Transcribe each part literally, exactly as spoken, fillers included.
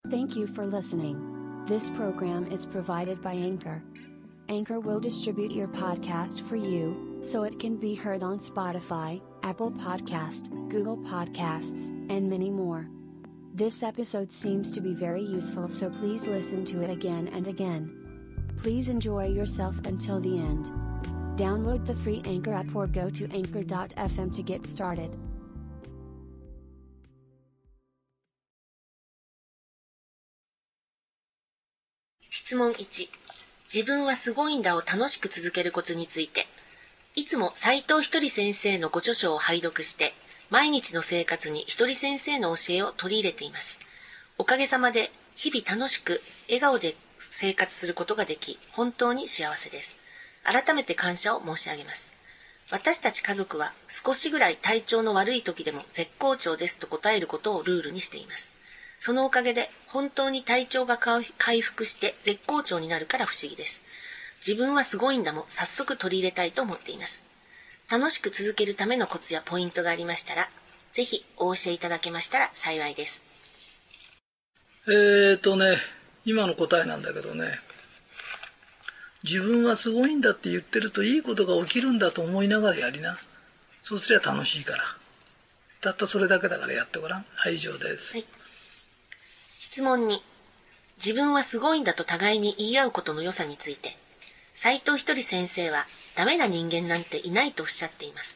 Thank you for listening. This program is provided by Anchor. Anchor will distribute your podcast for you, so it can be heard on Spotify, Apple Podcast, Google Podcasts, and many more. This episode seems to be very useful, so please listen to it again and again. Please enjoy yourself until the end. Download the free Anchor app or go to anchor dot f m to get started. 質問いち、自分はすごいんだを楽しく続けるコツについて。いつも斉藤ひとり先生のご著書を拝読して、毎日の生活にひとり先生の教えを取り入れています。おかげさまで日々楽しく笑顔で生活することができ、本当に幸せです。改めて感謝を申し上げます。私たち家族は少しぐらい体調の悪い時でも絶好調ですと答えることをルールにしています。そのおかげで本当に体調が回復して絶好調になるから不思議です。自分はすごいんだも早速取り入れたいと思っています。楽しく続けるためのコツやポイントがありましたら、ぜひお教えいただけましたら幸いです。 えーとね、今の答えなんだけどね、自分はすごいんだって言ってるといいことが起きるんだと思いながらやりな。そうすりゃ楽しいから。たったそれだけだからやってごらん。はい、以上です。 はい。質問に、自分はすごいんだと互いに言い合うことの良さについて。斉藤ひとり先生はダメな人間なんていないとおっしゃっています。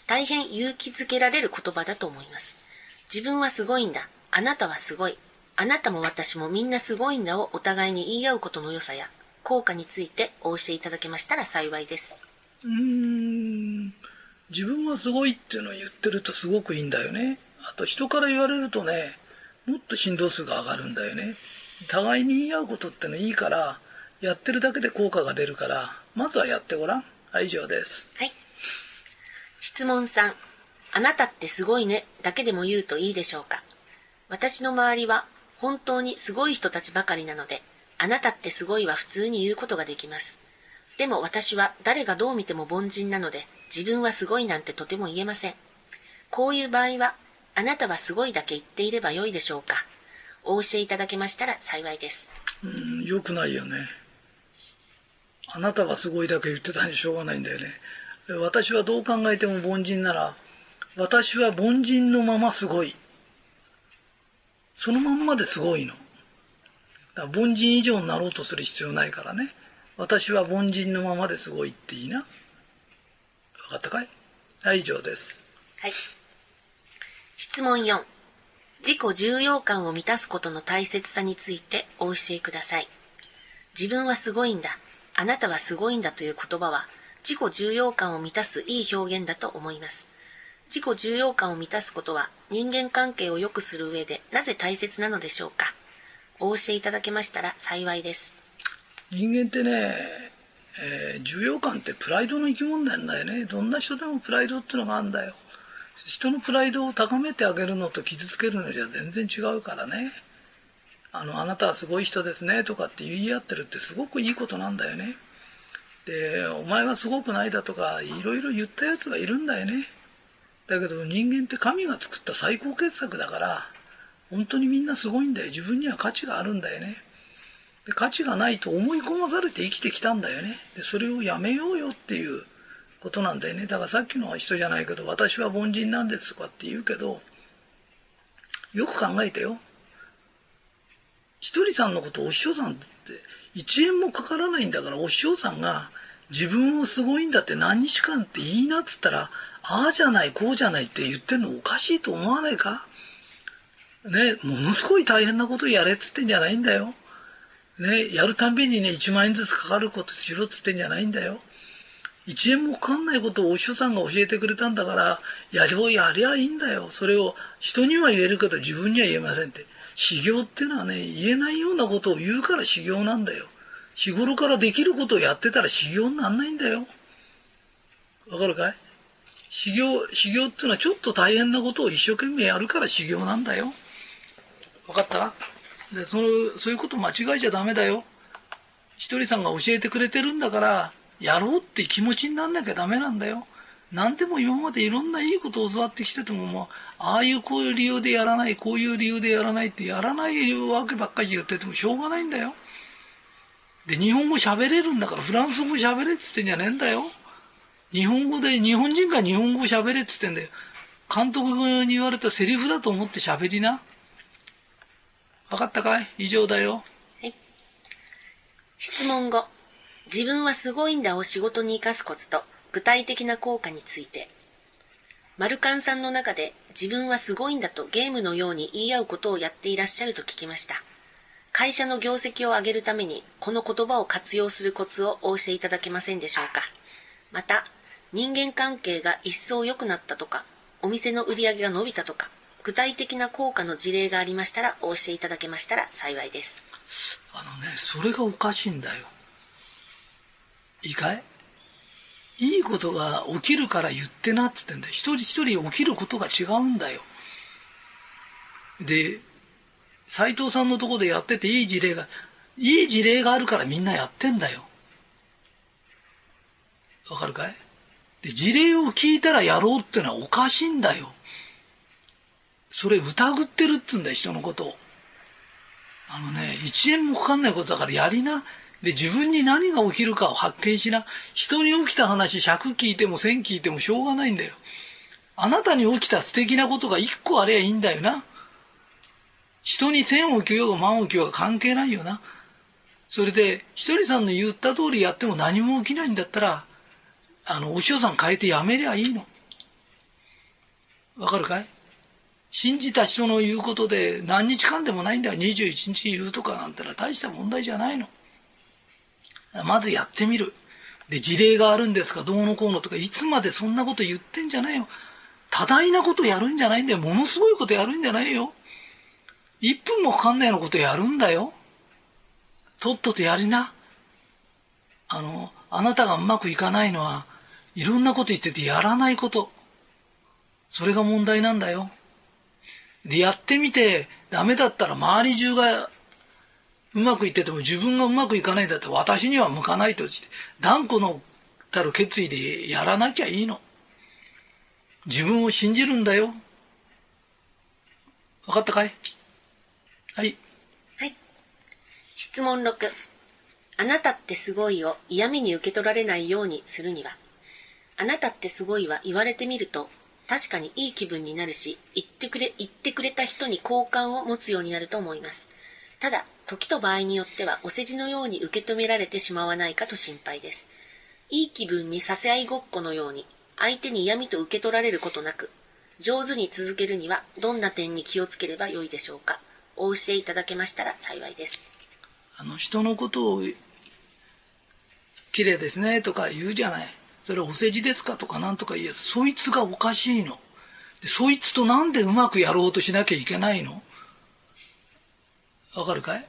大変勇気づけられる言葉だと思います。自分はすごいんだ、あなたはすごい、あなたも私もみんなすごいんだをお互いに言い合うことの良さや効果についてお教えいただけましたら幸いです。 うーん、自分はすごいっていうのを言ってるとすごくいいんだよね。あと人から言われるとね、もっと振動数が上がるんだよね。互いに言い合うことってのいいから、やってるだけで効果が出るから、まずはやってごらん。はい、以上です。 はい。質問さん、あなたってすごいねだけでも言うといいでしょうか。私の周りは本当にすごい人たちばかりなので、あなたってすごいは普通に言うことができます。でも私は誰がどう見ても凡人なので、自分はすごいなんてとても言えません。こういう場合は、あなたはすごいだけ言っていればよいでしょうか。お教えいただけましたら幸いです。 うーん、よくないよね。あなたはすごいだけ言ってたんでしょうがないんだよね。私はどう考えても凡人なら、私は凡人のまますごい。そのまんまですごいの。だから凡人以上になろうとする必要ないからね。私は凡人のままですごいっていいな。わかったかい？はい、以上です。 はい。質問よん、自己重要感を満たすことの大切さについてお教えください。自分はすごいんだ、あなたはすごいんだという言葉は自己重要感を満たすいい表現だと思います。自己重要感を満たすことは人間関係を良くする上でなぜ大切なのでしょうか。お教えいただけましたら幸いです。 人間ってね、えー、重要感ってプライドの生き物なんだよね。どんな人でもプライドってのがあるんだよ。人のプライドを高めてあげるのと傷つけるのじゃ全然違うからね。あの、あなたはすごい人ですねとかって言い合ってるってすごくいいことなんだよね。で、お前はすごくないだとかいろいろ言ったやつがいるんだよね。だけど人間って神が作った最高傑作だから、本当にみんなすごいんだよ。自分には価値があるんだよね。で、価値がないと思い込まされて生きてきたんだよね。で、それをやめようよっていうことなんだよね。だからさっきの人じゃないけど、私は凡人なんですとかって言うけど、よく考えてよ。ひとりさんのことをお師匠さんっていちえんもかからないんだから、お師匠さんが自分をすごいんだって何日間っていいなっつったら、ああじゃないこうじゃないって言ってんのおかしいと思わないかね。ものすごい大変なことやれっつってんじゃないんだよね。やるたんびにねいちまんえんずつかかることしろっつってんじゃないんだよ。いちえんもかかんないことをお師匠さんが教えてくれたんだから、やりをやりゃいいんだよ。それを人には言えるけど自分には言えませんって。修行っていうのはね、言えないようなことを言うから修行なんだよ。日頃からできることをやってたら修行になんないんだよ。わかるかい？修行、修行っていうのはちょっと大変なことを一生懸命やるから修行なんだよ。わかった？で、その、そういうこと間違えちゃダメだよ。ひとりさんが教えてくれてるんだから、やろうって気持ちになんなきゃダメなんだよ。 何でも今までいろんないいことを教わってきてても、もう、ああいうこういう理由でやらない、こういう理由でやらないってやらないわけばっかり言っててもしょうがないんだよ。で、日本語喋れるんだからフランス語喋れって言ってんじゃねえんだよ。日本語で、日本人が日本語喋れって言ってんだよ。監督に言われたセリフだと思って喋りな。わかったかい？以上だよ。 はい。質問ご。自分はすごいんだを仕事に生かすコツと具体的な効果について。マルカンさんの中で自分はすごいんだとゲームのように言い合うことをやっていらっしゃると聞きました。会社の業績を上げるためにこの言葉を活用するコツをお教えいただけませんでしょうか。また、人間関係が一層良くなったとか、お店の売り上げが伸びたとか、具体的な効果の事例がありましたらお教えいただけましたら幸いです。 あのね、それがおかしいんだよ。いいかい？いいことが起きるから言ってなって言ってんだよ。一人一人起きることが違うんだよ。で、斉藤さんのところでやってていい事例が、いい事例があるからみんなやってんだよ。わかるかい？で、事例を聞いたらやろうってのはおかしいんだよ。それ疑ってるっつうんだよ、人のことを。あのね、一円もかかんないことだからやりな。で、自分に何が起きるかを発見しな。人に起きた話ひゃく聞いてもせん聞いてもしょうがないんだよ。あなたに起きた素敵なことがいっこあればいいんだよな。人にせん起きようが万起きようが関係ないよな。それで、ひとりさんの言った通りやっても何も起きないんだったら、あの、お師匠さん変えてやめりゃいいの。わかるかい？信じた人の言うことで何日間でもないんだよ。にじゅういちにち言うとかなんてのは大した問題じゃないの。まずやってみる。で、事例があるんですかどうのこうのとか、いつまでそんなこと言ってんじゃないよ。多大なことやるんじゃないんだよ。ものすごいことやるんじゃないよ。いっぷんもかかんないようなことやるんだよ。とっととやりな。あの、あなたがうまくいかないのは、いろんなこと言っててやらないこと。それが問題なんだよ。で、やってみてダメだったら周り中がうまくいってても自分がうまくいかないんだったら私には向かないとして、断固のたる決意でやらなきゃいいの。自分を信じるんだよ。わかったかい？はい。 はい。質問ろく。あなたってすごいを嫌味に受け取られないようにするには、あなたってすごいは言われてみると、確かにいい気分になるし、言ってくれ、言ってくれた人に好感を持つようになると思います。ただ、時と場合によってはお世辞のように受け止められてしまわないかと心配です。いい気分にさせ合いごっこのように、相手に嫌味と受け取られることなく、上手に続けるにはどんな点に気をつければよいでしょうか。お教えいただけましたら幸いです。 あの、人のことを、綺麗ですねとか言うじゃない。それお世辞ですかとかなんとか言うやつ、そいつがおかしいの。で、そいつとなんでうまくやろうとしなきゃいけないの？わかるかい？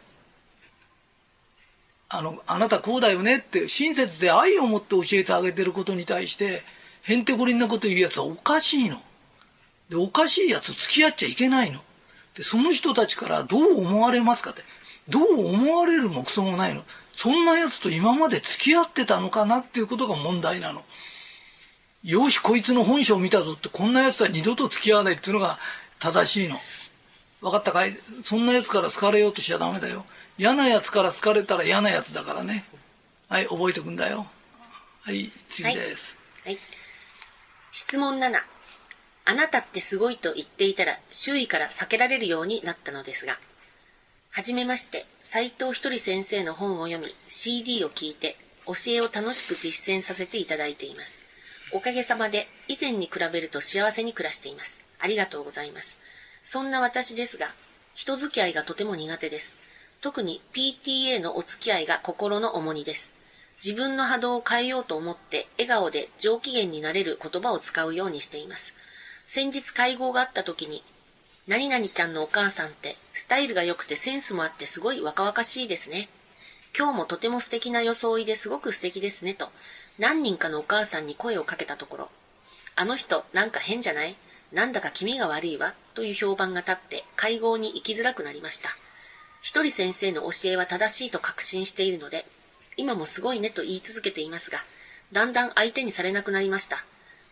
あの、あなたこうだよねって親切で愛を持って教えてあげてることに対して、へんてこりんなこと言うやつはおかしいの。で、おかしいやつ付き合っちゃいけないの。で、その人たちからどう思われますかって。どう思われるもクソもないの。そんなやつと今まで付き合ってたのかなっていうことが問題なの。よし、こいつの本性を見たぞって、こんなやつは二度と付き合わないっていうのが正しいの。分かったかい？そんなやつから好かれようとしちゃダメだよ。嫌なやつから好かれたら嫌なやつだからね。はい、覚えておくんだよ。はい、次です。 はい。はい、質問なな。あなたってすごいと言っていたら周囲から避けられるようになったのですが、はじめまして、斉藤ひとり先生の本を読み、シーディー を聞いて、教えを楽しく実践させていただいています。おかげさまで、以前に比べると幸せに暮らしています。ありがとうございます。そんな私ですが、人付き合いがとても苦手です。特に ピーティーエー のお付き合いが心の重荷です。自分の波動を変えようと思って、笑顔で上機嫌になれる言葉を使うようにしています。先日会合があった時に、何々ちゃんのお母さんってスタイルが良くてセンスもあってすごい若々しいですね。今日もとても素敵な装いですごく素敵ですねと何人かのお母さんに声をかけたところ、あの人なんか変じゃない？なんだか気味が悪いわという評判が立って会合に行きづらくなりました。ひとり先生の教えは正しいと確信しているので、今もすごいねと言い続けていますが、だんだん相手にされなくなりました。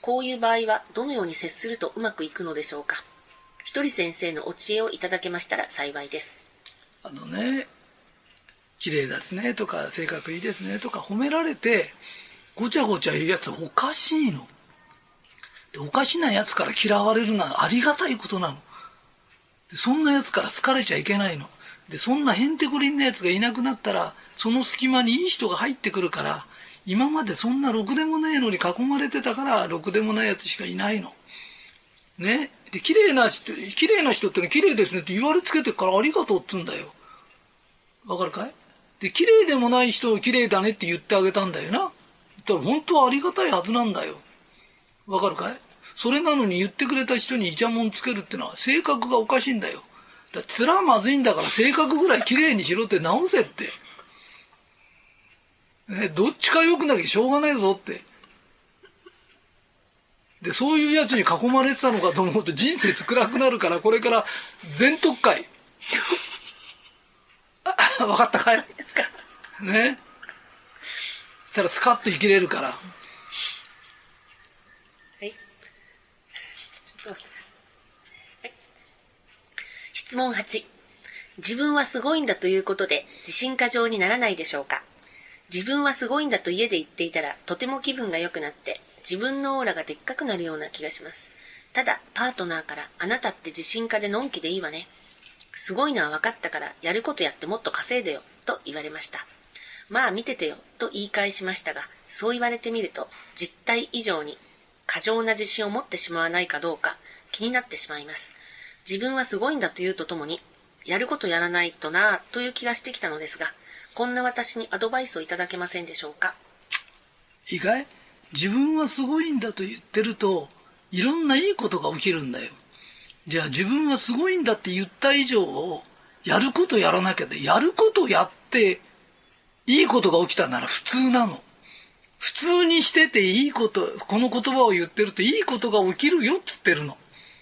こういう場合はどのように接するとうまくいくのでしょうか。ひとり先生のお知恵をいただけましたら幸いです。 あのね、綺麗ですねとか性格いいですねとか褒められてごちゃごちゃ言うやつおかしいの。でおかしなやつから嫌われるのはありがたいことなの。でそんなやつから好かれちゃいけないの。でそんなへんてこりんなやつがいなくなったらその隙間にいい人が入ってくるから、今までそんなろくでもねえのに囲まれてたからろくでもないやつしかいないの。ね。で綺麗な人、綺麗な人ってのは綺麗ですねって言われつけてからありがとうっつうんだよ。わかるかい？で綺麗でもない人を綺麗だねって言ってあげたんだよな。言ったら本当はありがたいはずなんだよ。わかるかい？それなのに言ってくれた人にイチャモンつけるってのは性格がおかしいんだよ。だから面まずいんだから性格ぐらい綺麗にしろって直せって。ね、どっちか良くなきゃしょうがないぞって。で、そういうやつに囲まれてたのかと思うと人生暗くなるから、これから全特会。わかったかい？ね。そしたらスカッと生きれるから。 はい。ちょっと待ってください。はい。質問はち。自分はすごいんだということで自信過剰にならないでしょうか。自分はすごいんだと家で言っていたらとても気分が良くなって自分のオーラがでっかくなるような気がします。ただパートナーからあなたって自信家でのんきでいいわね。すごいのは分かったからやることやってもっと稼いでよと言われました。まあ見ててよと言い返しましたが、そう言われてみると実態以上に過剰な自信を持ってしまわないかどうか気になってしまいます。自分はすごいんだというとともにやることやらないとなぁという気がしてきたのですが、こんな私にアドバイスをいただけませんでしょうか。 いいかい？自分はすごいんだと言ってるといろんないいことが起きるんだよ。じゃあ自分はすごいんだって言った以上やることやらなきゃで、やることやっていいことが起きたなら普通なの。普通にしてていいこと、この言葉を言ってるといいことが起きるよっつってるの。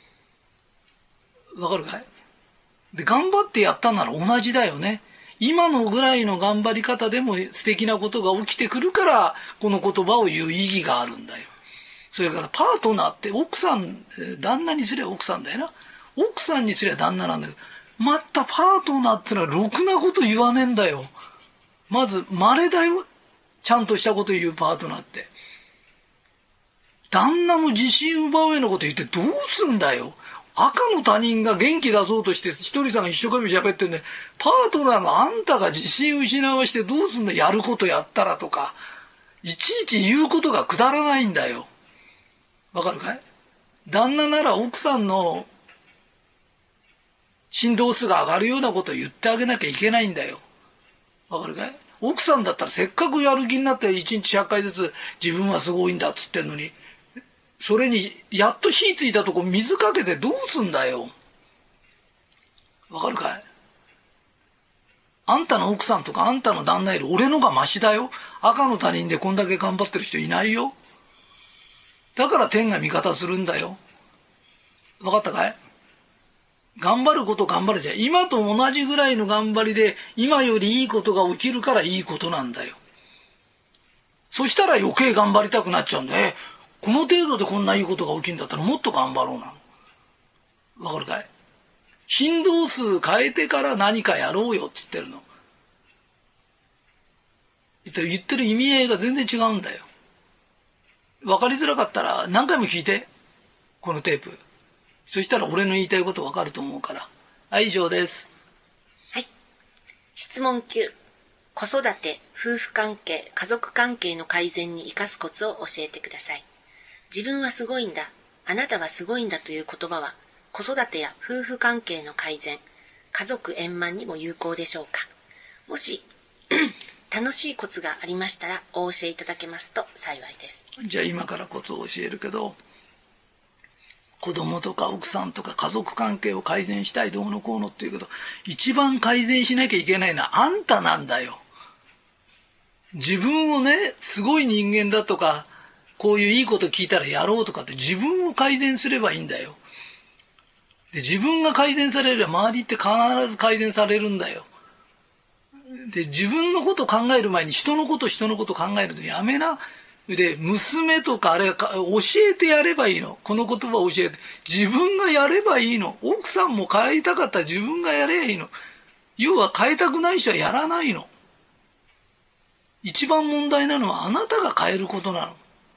わかるかい？で頑張ってやったなら同じだよね。今のぐらいの頑張り方でも素敵なことが起きてくるからこの言葉を言う意義があるんだよ。それからパートナーって奥さん、旦那にすりゃ奥さんだよな。奥さんにすりゃ旦那なんだけど、またパートナーってのはろくなこと言わねえんだよ。まず稀だよ。ちゃんとしたこと言うパートナーって。旦那の自信奪うようなこと言ってどうすんだよ。赤の他人が元気出そうとしてひとりさんが一生懸命喋ってんで、パートナーのあんたが自信失わしてどうすんだ、やることやったらとかいちいち言うことがくだらないんだよ。わかるかい？旦那なら奥さんの振動数が上がるようなことを言ってあげなきゃいけないんだよ。わかるかい？奥さんだったらせっかくやる気になっていちにちひゃっかいずつ自分はすごいんだっつってんのに、それにやっと火ついたとこ水かけてどうすんだよ。わかるかい？あんたの奥さんとかあんたの旦那より俺のがマシだよ。赤の他人でこんだけ頑張ってる人いないよ。だから天が味方するんだよ。わかったかい？頑張ること頑張るじゃん。今と同じぐらいの頑張りで今よりいいことが起きるからいいことなんだよ。そしたら余計頑張りたくなっちゃうんだよ。この程度でこんないいことが起きるんだったらもっと頑張ろうな。わかるかい？振動数変えてから何かやろうよっつってるの。言ってる意味合いが全然違うんだよ。わかりづらかったら何回も聞いて。このテープ。そしたら俺の言いたいことわかると思うから。はい、以上です。 はい。質問きゅう。子育て、夫婦関係、家族関係の改善に生かすコツを教えてください。自分はすごいんだ、あなたはすごいんだという言葉は、子育てや夫婦関係の改善、家族円満にも有効でしょうか。もし、楽しいコツがありましたらお教えいただけますと幸いです。 じゃあ今からコツを教えるけど、子供とか奥さんとか家族関係を改善したいどうのこうのっていうけど、一番改善しなきゃいけないのはあんたなんだよ。自分をね、すごい人間だとか、こういういいこと聞いたらやろうとかって自分を改善すればいいんだよ。で、自分が改善されれば周りって必ず改善されるんだよ。で、自分のこと考える前に人のこと人のこと考えるのやめな。 で、娘とかあれか、教えてやればいいの。この言葉を教えて。自分がやればいいの。奥さんも変えたかったら自分がやればいいの。要は変えたくない人はやらないの。一番問題なのはあなたが変えることなの。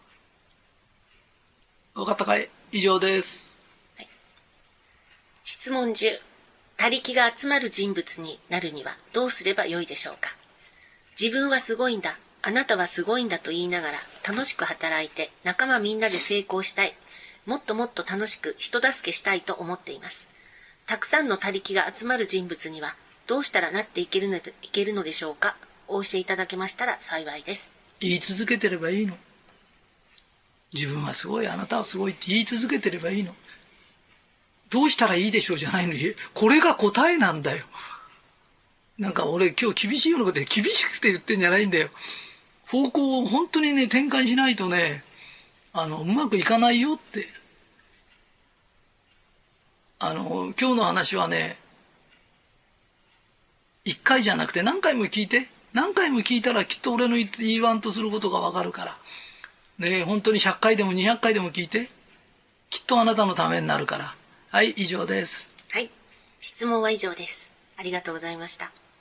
分かったかい？以上です。 はい、質問じゅう。他力が集まる人物になるにはどうすればよいでしょうか。自分はすごいんだ、あなたはすごいんだと言いながら楽しく働いて仲間みんなで成功したい。もっともっと楽しく人助けしたいと思っています。たくさんの他力が集まる人物にはどうしたらなっていけるので、いけるのでしょうか。お教えいただけましたら幸いです。 言い続けてればいいの。自分はすごい、あなたはすごいって言い続けてればいいの。どうしたらいいでしょうじゃないのに、これが答えなんだよ。なんか俺今日厳しいようなことで厳しくて言ってんじゃないんだよ。方向を本当にね転換しないとね、あのうまくいかないよって。あの今日の話はね、一回じゃなくて何回も聞いて、何回も聞いたらきっと俺の言わんとすることがわかるからね。本当にひゃっかいでもにひゃっかいでも聞いて、きっとあなたのためになるから。はい、以上です。 はい、質問は以上です。ありがとうございました。